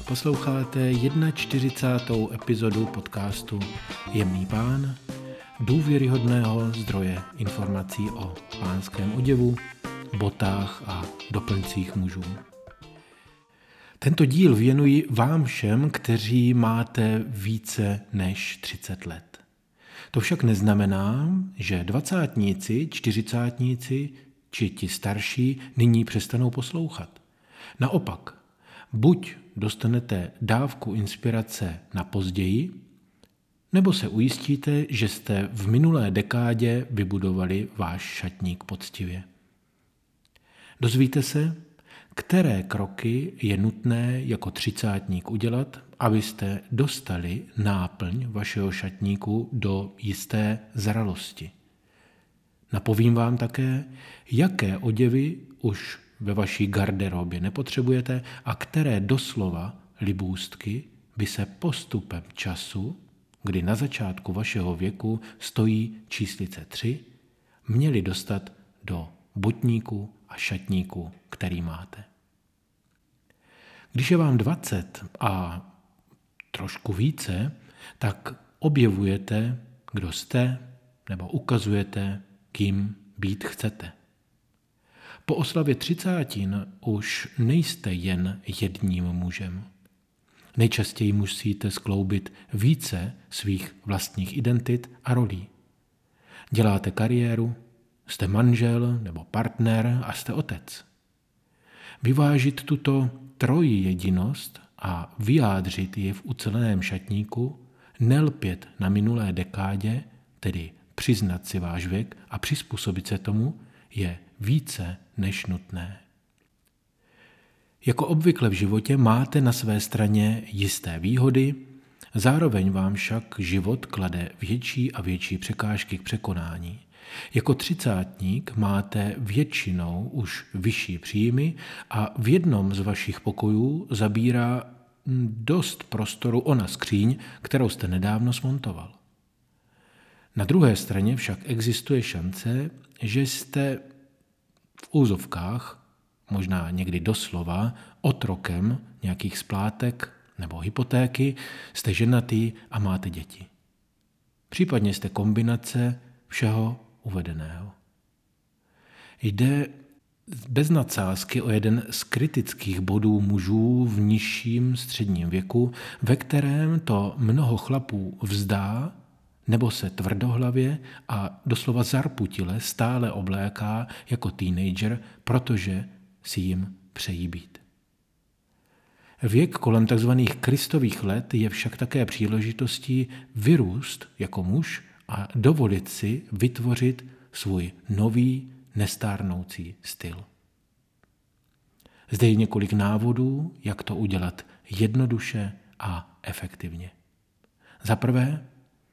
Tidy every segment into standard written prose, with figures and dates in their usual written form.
Posloucháte 41. epizodu podcastu Jemný pán, důvěryhodného zdroje informací o pánském oděvu, botách a doplňcích mužů. Tento díl věnuji vám všem, kteří máte více než 30 let. To však neznamená, že dvacátníci, čtyřicátníci či ti starší nyní přestanou poslouchat. Naopak, buď dostanete dávku inspirace na později, nebo se ujistíte, že jste v minulé dekádě vybudovali váš šatník poctivě. Dozvíte se, které kroky je nutné jako třicátník udělat, abyste dostali náplň vašeho šatníku do jisté zralosti. Napovím vám také, jaké oděvy už ve vaší garderobě nepotřebujete a které doslova libůstky by se postupem času, kdy na začátku vašeho věku stojí číslice 3, měly dostat do botníku a šatníku, který máte. Když je vám 20 a trošku více, tak objevujete, kdo jste, nebo ukazujete, kým být chcete. Po oslavě 30 už nejste jen jedním mužem. Nejčastěji musíte skloubit více svých vlastních identit a rolí. Děláte kariéru, jste manžel nebo partner a jste otec. Vyvážit tuto trojjedinost a vyjádřit ji v uceleném šatníku, nelpět na minulé dekádě, tedy přiznat si váš věk a přizpůsobit se tomu, je více než nutné. Jako obvykle v životě máte na své straně jisté výhody, zároveň vám však život klade větší a větší překážky k překonání. Jako třicátník máte většinou už vyšší příjmy a v jednom z vašich pokojů zabírá dost prostoru ona skříň, kterou jste nedávno smontoval. Na druhé straně však existuje šance, že jste v úzovkách, možná někdy doslova, otrokem nějakých splátek nebo hypotéky, jste ženatý a máte děti. Případně jste kombinace všeho uvedeného. Jde bez nadsázky o jeden z kritických bodů mužů v nižším středním věku, ve kterém to mnoho chlapů vzdá nebo se tvrdohlavě a doslova zarputile stále obléká jako teenager, protože si jim přejí být. Věk kolem tzv. Kristových let je však také příležitostí vyrůst jako muž a dovolit si vytvořit svůj nový, nestárnoucí styl. Zde je několik návodů, jak to udělat jednoduše a efektivně. Za prvé,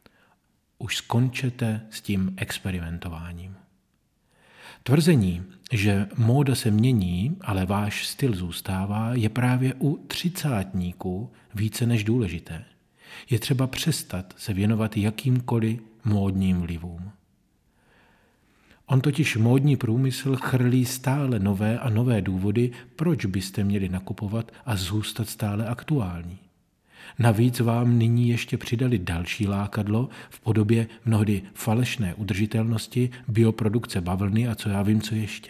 už skončete s tím experimentováním. Tvrzení, že móda se mění, ale váš styl zůstává, je právě u třicátníků více než důležité. Je třeba přestat se věnovat jakýmkoliv módním vlivům. On totiž módní průmysl chrlí stále nové a nové důvody, proč byste měli nakupovat a zůstat stále aktuální. Navíc vám nyní ještě přidali další lákadlo v podobě mnohdy falešné udržitelnosti, bioprodukce bavlny a co já vím, co ještě.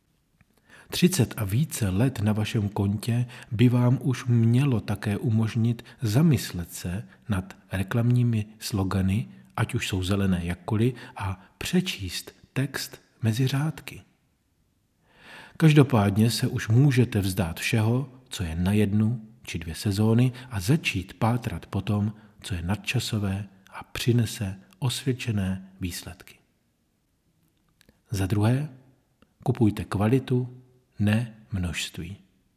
30 a více let na vašem kontě by vám už mělo také umožnit zamyslet se nad reklamními slogany, ať už jsou zelené jakkoliv, a přečíst text mezi řádky. Každopádně se už můžete vzdát všeho, co je na 1 či 2 sezóny a začít pátrat po tom, co je nadčasové a přinese osvědčené výsledky. Za druhé, kupujte kvalitu, ne množství.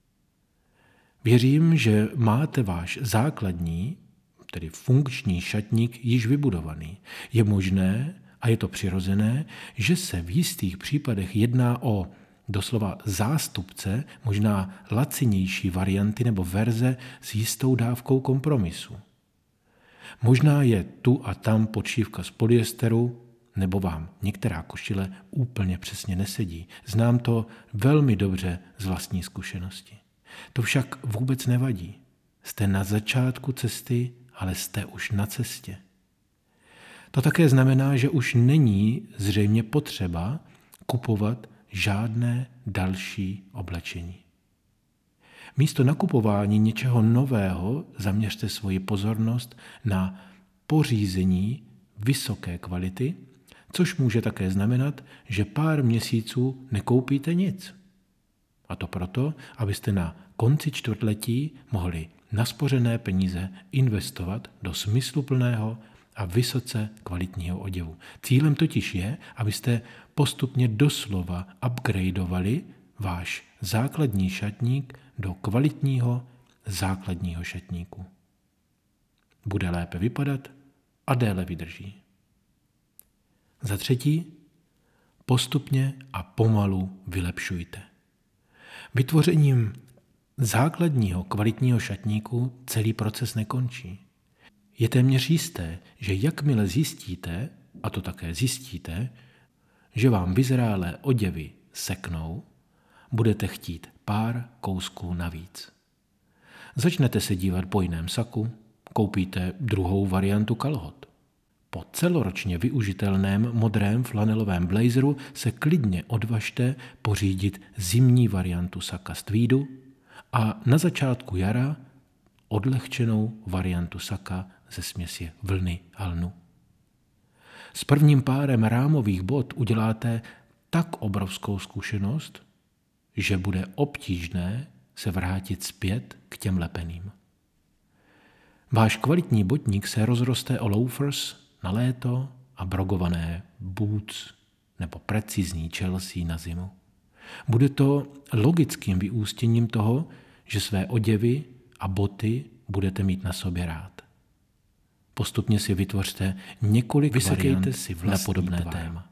Věřím, že máte váš základní, tedy funkční šatník již vybudovaný. Je možné, a je to přirozené, že se v jistých případech jedná o doslova zástupce, možná lacinější varianty nebo verze s jistou dávkou kompromisu. Možná je tu a tam podšívka z polyesteru, nebo vám některá košile úplně přesně nesedí. Znám to velmi dobře z vlastní zkušenosti. To však vůbec nevadí. Jste na začátku cesty, ale jste už na cestě. To také znamená, že už není zřejmě potřeba kupovat žádné další oblečení. Místo nakupování něčeho nového zaměřte svoji pozornost na pořízení vysoké kvality, což může také znamenat, že pár měsíců nekoupíte nic. A to proto, abyste na konci čtvrtletí mohli naspořené peníze investovat do smysluplného a vysoce kvalitního oděvu. Cílem totiž je, abyste postupně doslova upgradeovali váš základní šatník do kvalitního základního šatníku. Bude lépe vypadat a déle vydrží. Za třetí, postupně a pomalu vylepšujte. Vytvořením základního kvalitního šatníku celý proces nekončí. Je téměř jisté, že jakmile zjistíte, a to také zjistíte, že vám vyzrálé oděvy seknou, budete chtít pár kousků navíc. Začnete se dívat po jiném saku, koupíte druhou variantu kalhot. Po celoročně využitelném modrém flanelovém blazeru se klidně odvažte pořídit zimní variantu saka z tweedu a na začátku jara odlehčenou variantu saka ze směsi vlny a lnu. S prvním párem rámových bot uděláte tak obrovskou zkušenost, že bude obtížné se vrátit zpět k těm lepeným. Váš kvalitní botník se rozroste o loafers na léto a brogované boots nebo precizní Chelsea na zimu. Bude to logickým vyústěním toho, že své oděvy a boty budete mít na sobě rád. Postupně si vytvořte několik variant si na podobné téma.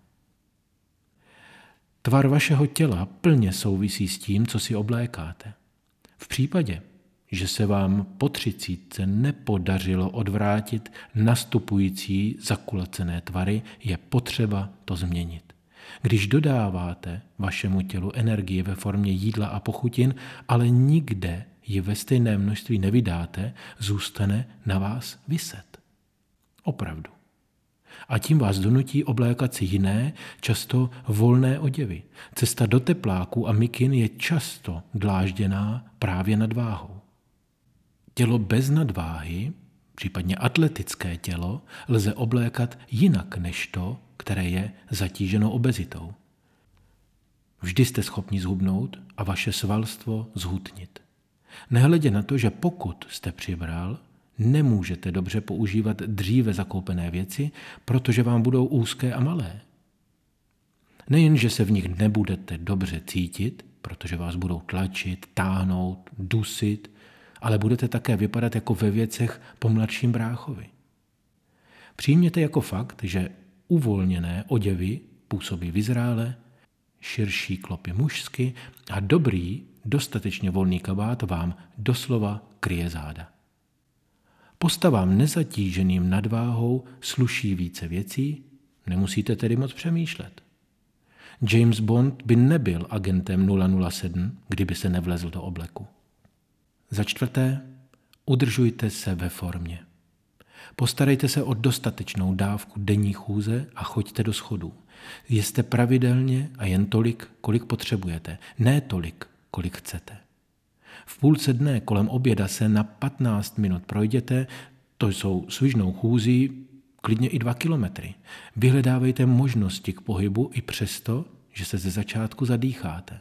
Tvar vašeho těla plně souvisí s tím, co si oblékáte. V případě, že se vám po 30 nepodařilo odvrátit nastupující zakulacené tvary, je potřeba to změnit. Když dodáváte vašemu tělu energii ve formě jídla a pochutin, ale nikde ji ve stejné množství nevydáte, zůstane na vás viset. Opravdu. A tím vás donutí oblékat si jiné, často volné oděvy. Cesta do tepláků a mikin je často dlážděná právě nadváhou. Tělo bez nadváhy, případně atletické tělo, lze oblékat jinak než to, které je zatíženo obezitou. Vždy jste schopni zhubnout a vaše svalstvo zhutnit. Nehledě na to, že pokud jste přibral, nemůžete dobře používat dříve zakoupené věci, protože vám budou úzké a malé. Nejen, že se v nich nebudete dobře cítit, protože vás budou tlačit, táhnout, dusit, ale budete také vypadat jako ve věcech po mladším bráchovi. Přijměte jako fakt, že uvolněné oděvy působí vyzrále, širší klopy mužsky a dobrý, dostatečně volný kabát vám doslova kryje záda. Postavám nezatíženým nadváhou sluší více věcí, nemusíte tedy moc přemýšlet. James Bond by nebyl agentem 007, kdyby se nevlezl do obleku. Za čtvrté, udržujte se ve formě. Postarejte se o dostatečnou dávku denní chůze a choďte do schodů. Jeste pravidelně a jen tolik, kolik potřebujete, ne tolik, kolik chcete. V půlce dne kolem oběda se na 15 minut projděte, to jsou svižnou chůzí klidně i 2 kilometry. Vyhledávejte možnosti k pohybu i přesto, že se ze začátku zadýcháte.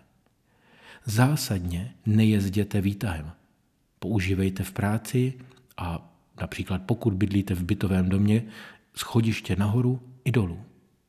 Zásadně nejezděte výtahem. Používejte v práci a například pokud bydlíte v bytovém domě, schodiště nahoru i dolů.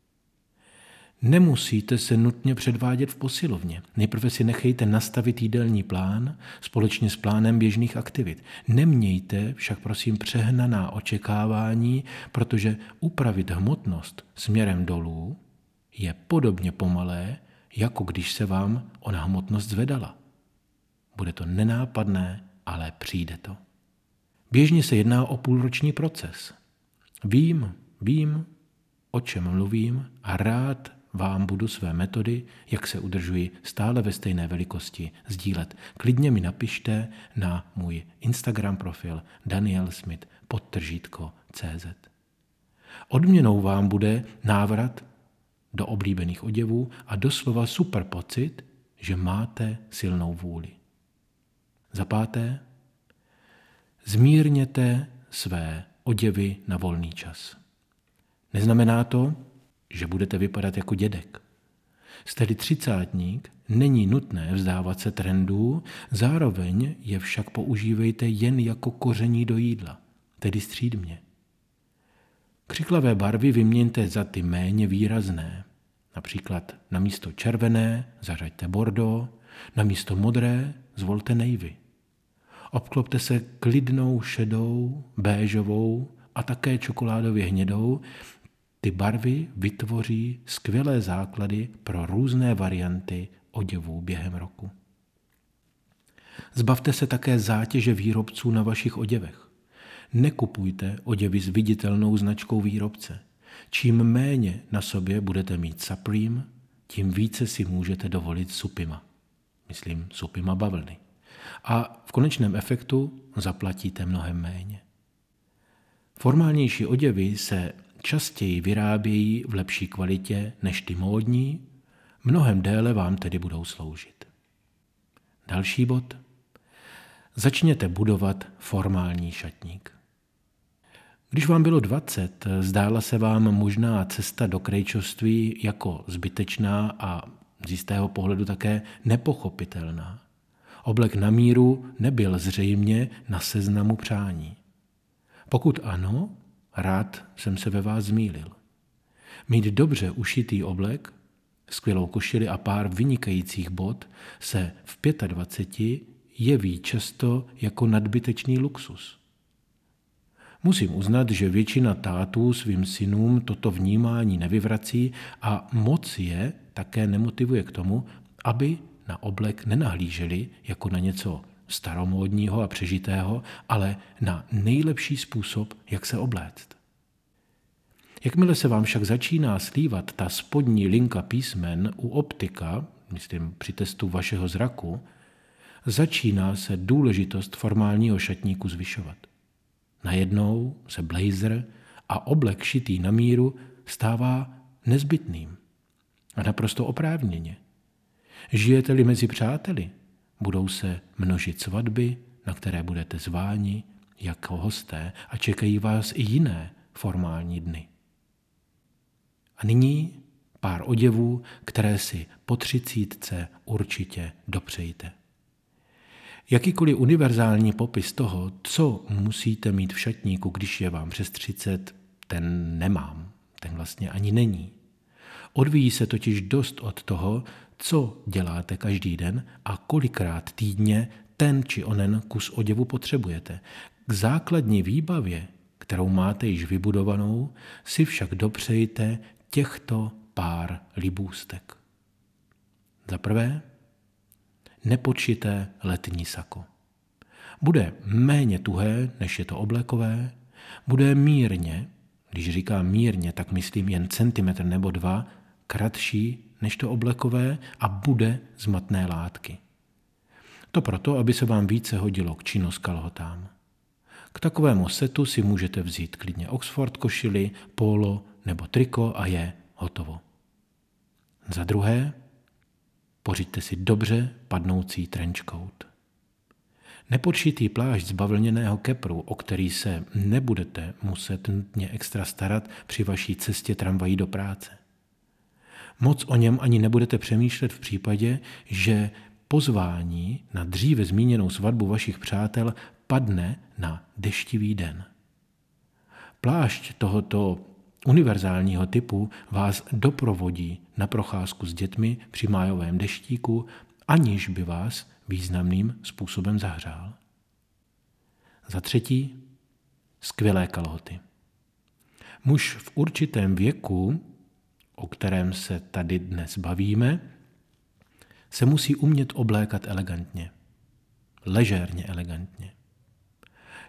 Nemusíte se nutně předvádět v posilovně. Nejprve si nechejte nastavit jídelní plán společně s plánem běžných aktivit. Nemějte však prosím přehnaná očekávání, protože upravit hmotnost směrem dolů je podobně pomalé, jako když se vám ona hmotnost zvedala. Bude to nenápadné, ale přijde to. Běžně se jedná o půlroční proces. Vím, o čem mluvím a rád vám budu své metody, jak se udržuji stále ve stejné velikosti, sdílet. Klidně mi napište na můj Instagram profil danielsmith_cz. Odměnou vám bude návrat do oblíbených oděvů a doslova super pocit, že máte silnou vůli. Za páté, zmírněte své oděvy na volný čas. Neznamená to, že budete vypadat jako dědek. Jste-li třicátník, není nutné vzdávat se trendů, zároveň je však používejte jen jako koření do jídla, tedy střídmě. Křiklavé barvy vyměňte za ty méně výrazné. Například na místo červené zařaďte bordeaux, na místo modré zvolte navy. Obklopte se klidnou šedou, béžovou a také čokoládově hnědou. Ty barvy vytvoří skvělé základy pro různé varianty oděvů během roku. Zbavte se také zátěže výrobců na vašich oděvech. Nekupujte oděvy s viditelnou značkou výrobce. Čím méně na sobě budete mít Supreme, tím více si můžete dovolit Supima. Myslím Supima bavlny. A v konečném efektu zaplatíte mnohem méně. Formálnější oděvy se častěji vyrábějí v lepší kvalitě než ty módní, mnohem déle vám tedy budou sloužit. Další bod. Začněte budovat formální šatník. Když vám bylo 20, zdála se vám možná cesta do krejčovství jako zbytečná a z jistého pohledu také nepochopitelná. Oblek na míru nebyl zřejmě na seznamu přání. Pokud ano, rád jsem se ve vás zmýlil. Mít dobře ušitý oblek, skvělou košili a pár vynikajících bot se v 25 jeví často jako nadbytečný luxus. Musím uznat, že většina tátů svým synům toto vnímání nevyvrací a moc je také nemotivuje k tomu, aby na oblek nenahlíželi jako na něco staromódního a přežitého, ale na nejlepší způsob, jak se obléct. Jakmile se vám však začíná slívat ta spodní linka písmen u optika, myslím při testu vašeho zraku, začíná se důležitost formálního šatníku zvyšovat. Najednou se blazer a oblek šitý na míru stává nezbytným a naprosto oprávněně. Žijete-li mezi přáteli, budou se množit svatby, na které budete zváni jako hosté a čekají vás i jiné formální dny. A nyní pár oděvů, které si po 30 určitě dopřejte. Jakýkoliv univerzální popis toho, co musíte mít v šatníku, když je vám přes 30, ten nemám, ten vlastně ani není. Odvíjí se totiž dost od toho, co děláte každý den a kolikrát týdně ten či onen kus oděvu potřebujete. K základní výbavě, kterou máte již vybudovanou, si však dopřejte těchto pár libůstek. Za prvé, nepočité letní sako. Bude méně tuhé, než je to oblekové, bude mírně, když říkám mírně, tak myslím jen centimetr nebo 2, kratší než to oblekové a bude z matné látky. To proto, aby se vám více hodilo k chinos kalhotám. K takovému setu si můžete vzít klidně Oxford košili, polo nebo triko a je hotovo. Za druhé, pořiďte si dobře padnoucí trenchcoat. Nepodšitý plášť z bavlněného kepru, o který se nebudete muset nutně extra starat při vaší cestě tramvají do práce. Moc o něm ani nebudete přemýšlet v případě, že pozvání na dříve zmíněnou svatbu vašich přátel padne na deštivý den. Plášť tohoto univerzálního typu vás doprovodí na procházku s dětmi při májovém deštíku, aniž by vás významným způsobem zahřál. Za třetí, skvělé kalhoty. Muž v určitém věku, o kterém se tady dnes bavíme, se musí umět oblékat elegantně, ležérně elegantně.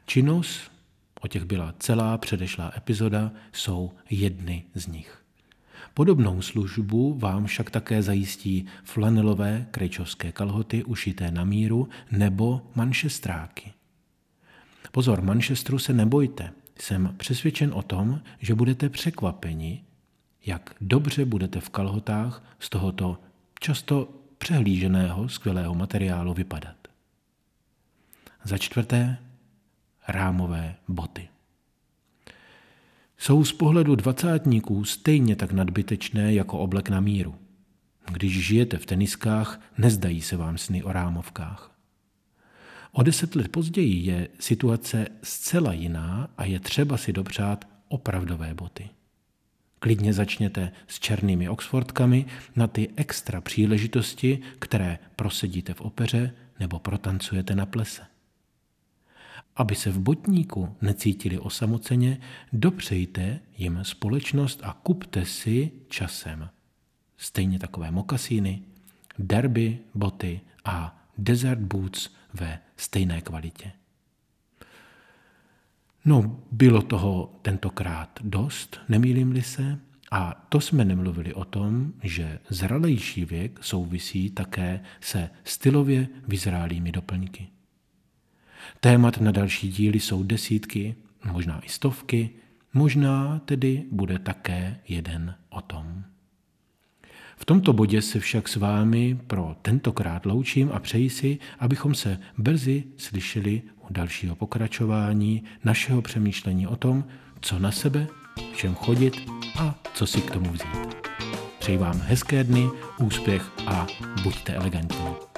Chinos, o těch byla celá předešlá epizoda, jsou jedny z nich. Podobnou službu vám však také zajistí flanelové krejčovské kalhoty ušité na míru nebo manšestráky. Pozor, manšestru se nebojte. Jsem přesvědčen o tom, že budete překvapeni, jak dobře budete v kalhotách z tohoto často přehlíženého skvělého materiálu vypadat. Za čtvrté, rámové boty. Jsou z pohledu dvacátníků stejně tak nadbytečné jako oblek na míru. Když žijete v teniskách, nezdají se vám sny o rámovkách. O 10 let později je situace zcela jiná a je třeba si dopřát opravdové boty. Klidně začněte s černými oxfordkami na ty extra příležitosti, které prosedíte v opeře nebo protancujete na plese. Aby se v botníku necítili osamoceně, dopřejte jim společnost a kupte si časem stejně takové mokasíny, derby boty a desert boots ve stejné kvalitě. No, bylo toho tentokrát dost, nemýlím-li se, a to jsme nemluvili o tom, že zralejší věk souvisí také se stylově vyzrálými doplňky. Témat na další díly jsou desítky, možná i stovky, možná tedy bude také jeden o tom. V tomto bodě se však s vámi pro tentokrát loučím a přeji si, abychom se brzy slyšeli u dalšího pokračování našeho přemýšlení o tom, co na sebe, v čem chodit a co si k tomu vzít. Přeji vám hezké dny, úspěch a buďte elegantní.